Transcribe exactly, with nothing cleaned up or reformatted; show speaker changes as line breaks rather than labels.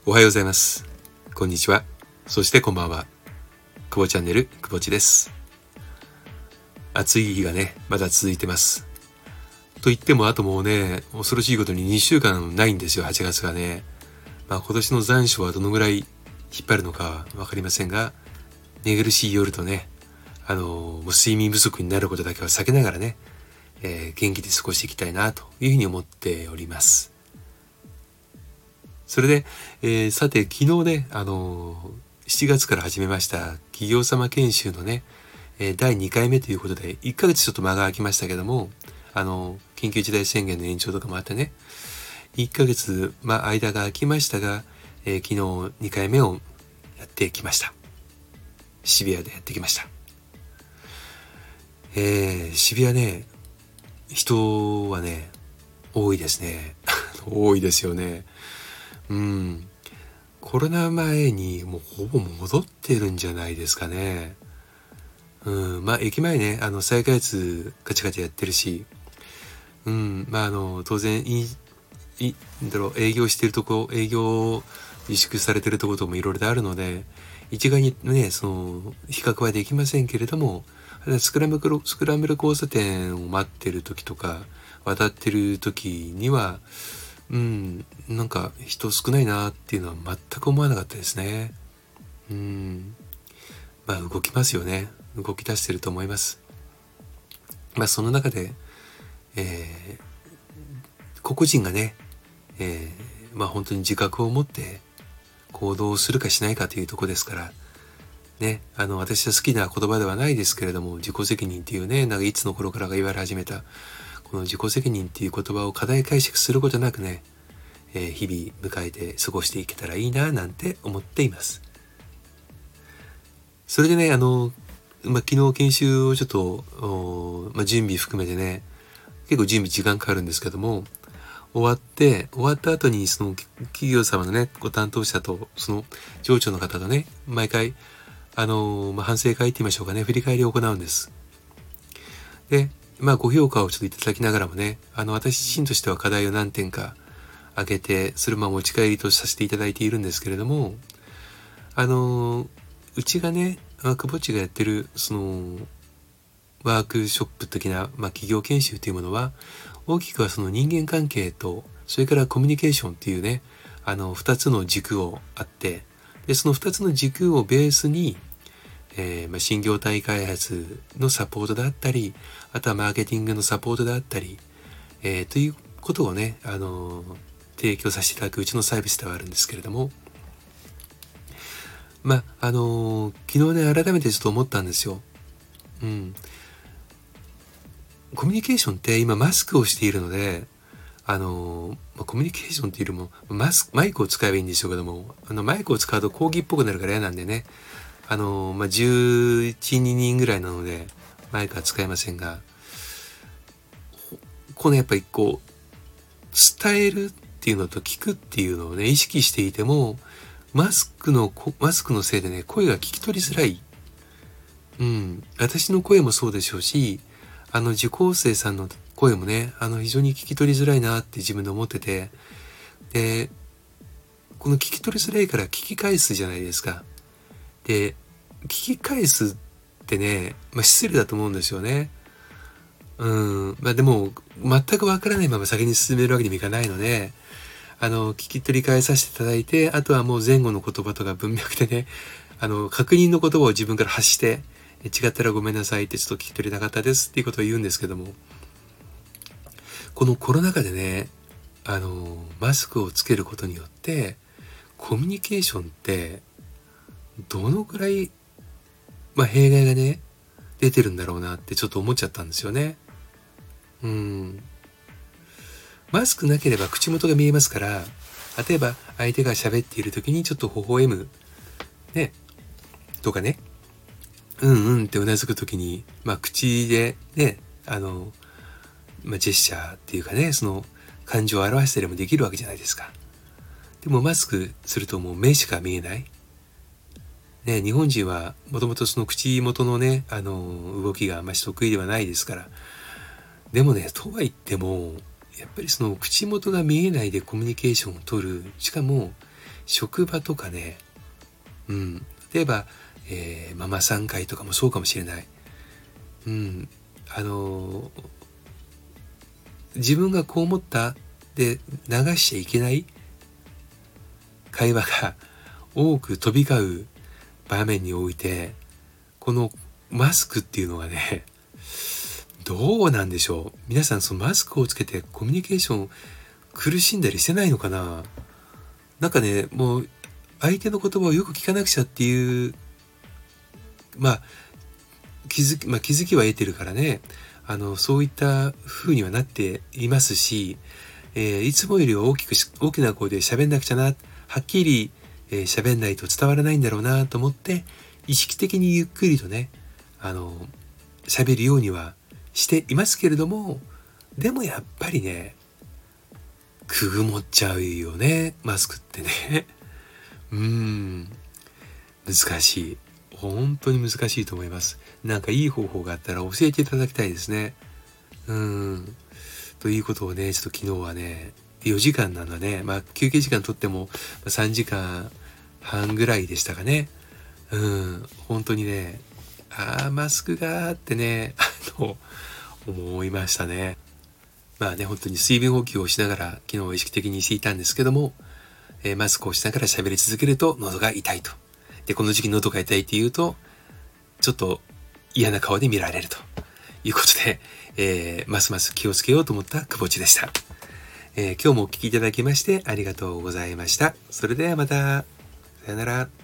おはようございます。こんにちは。そしてこんばんは。久保チャンネル、久保地です。暑い日がね、まだ続いてます。と言っても、あともうね、恐ろしいことににしゅうかんないんですよ、はちがつがね。まあ今年の残暑はどのぐらい引っ張るのかわかりませんが、寝苦しい夜とね、あの、もう睡眠不足になることだけは避けながらね、えー、元気で過ごしていきたいなというふうに思っております。それで、えー、さて昨日ね、あのー、しちがつから始めました企業様研修のね、えー、だいにかいめということでいっかげつちょっと間が空きましたけども、あのー、緊急事態宣言の延長とかもあってね、いっかげつ、まあ、間が空きましたが、えー、昨日にかいめをやってきました。渋谷でやってきました。えー、渋谷ね、人はね、多いですね。多いですよね。うん、コロナ前にもうほぼ戻ってるんじゃないですかね。うん、まあ駅前ね、あの再開発ガチャガチャやってるし、うん、まああの当然いいなんだろう営業してるとこ、営業自粛されてるところともいろいろとあるので、一概にねその比較はできませんけれども、スクランブルスクランブル交差点を待ってる時とか渡ってる時には。うん、なんか人少ないなっていうのは全く思わなかったですね。うん、まあ動きますよね。動き出してると思います。まあその中で、えー、個々人がね、えー、まあ本当に自覚を持って行動するかしないかというところですから、ね、あの私は好きな言葉ではないですけれども、自己責任っていうね、なんかいつの頃からか言われ始めたこの自己責任っていう言葉を過大解釈することなくね、えー、日々迎えて過ごしていけたらいいななんて思っています。それでね、あの、まあ、昨日研修をちょっと、まあ、準備含めてね、結構準備時間かかるんですけども、終わって、終わった後にその企業様のね、ご担当者と、その上長の方とね、毎回、あの、まあ、反省会って言いましょうかね、振り返りを行うんです。で、まあ、ご評価をちょっといただきながらもね、あの、私自身としては課題を何点か挙げて、それをまあ持ち帰りとさせていただいているんですけれども、あの、うちがね、久保地がやってる、その、ワークショップ的な、まあ、企業研修というものは、大きくはその人間関係と、それからコミュニケーションっていうね、あの、二つの軸をあって、で、その二つの軸をベースに、えーまあ、新業態開発のサポートであったり、あとはマーケティングのサポートであったり、えー、ということをね、あのー、提供させていただくうちのサービスではあるんですけれども、まあ、あのー、昨日ね、改めてちょっと思ったんですよ。うん。コミュニケーションって今マスクをしているので、あのー、まあ、コミュニケーションっていうよりも、マスク、マイクを使えばいいんでしょうけども、あの、マイクを使うと講義っぽくなるから嫌なんでね、あの、まあ、じゅういち、ににんぐらいなので、マイクは使えませんが、このやっぱりこう、伝えるっていうのと聞くっていうのをね、意識していても、マスクの、マスクのせいでね、声が聞き取りづらい。うん。私の声もそうでしょうし、あの、受講生さんの声もね、あの、非常に聞き取りづらいなって自分で思ってて、で、この聞き取りづらいから聞き返すじゃないですか。で、聞き返すってね、まあ、失礼だと思うんですよね。うん。まあでも、全くわからないまま先に進めるわけにもいかないので、あの、聞き取り返させていただいて、あとはもう前後の言葉とか文脈でね、あの、確認の言葉を自分から発して、違ったらごめんなさいってちょっと聞き取れなかったですっていうことを言うんですけども、このコロナ禍でね、あの、マスクをつけることによって、コミュニケーションって、どのくらい、まあ、弊害がね、出てるんだろうなってちょっと思っちゃったんですよね。うん。マスクなければ口元が見えますから、例えば相手が喋っている時にちょっと微笑む、ね、とかね、うんうんってうなずく時に、まあ口でね、あの、まあジェスチャーっていうかね、その感情を表したりもできるわけじゃないですか。でもマスクするともう目しか見えない。ね、日本人はもともとその口元のね、あの、動きがあんまり得意ではないですから。でもね、とは言っても、やっぱりその口元が見えないでコミュニケーションを取る、しかも職場とかね、うん、例えば、えー、ママさん会とかもそうかもしれない。うん、あのー、自分がこう思ったで流しちゃいけない会話が多く飛び交う場面において、このマスクっていうのがね、どうなんでしょう。皆さんそのマスクをつけてコミュニケーション苦しんだりしてないのかな。なんかね、もう相手の言葉をよく聞かなくちゃっていう、まあ気づき、まあ、気づきは得てるからね、あのそういった風にはなっていますし、えー、いつもよりは大きく大きな声で喋んなくちゃな、はっきりえー、喋んないと伝わらないんだろうなと思って意識的にゆっくりとね、あの喋るようにはしていますけれども、でもやっぱりね、くぐもっちゃうよね、マスクってね。うーん、難しい。本当に難しいと思います。なんかいい方法があったら教えていただきたいですね。うーん、ということをね、ちょっと昨日はね、よじかんなんだね。まあ休憩時間とってもさんじかんはんぐらいでしたかね。うん、本当にね、あーマスクがーってね、あの、思いましたね。まあね、本当に水分補給をしながら昨日は意識的にしていたんですけども、えー、マスクをしながら喋り続けると喉が痛いと。で、この時期喉が痛いって言うと、ちょっと嫌な顔で見られるということで、えー、ますます気をつけようと思ったくぼちでした。えー、今日もお聞きいただきましてありがとうございました。それではまた。さよなら。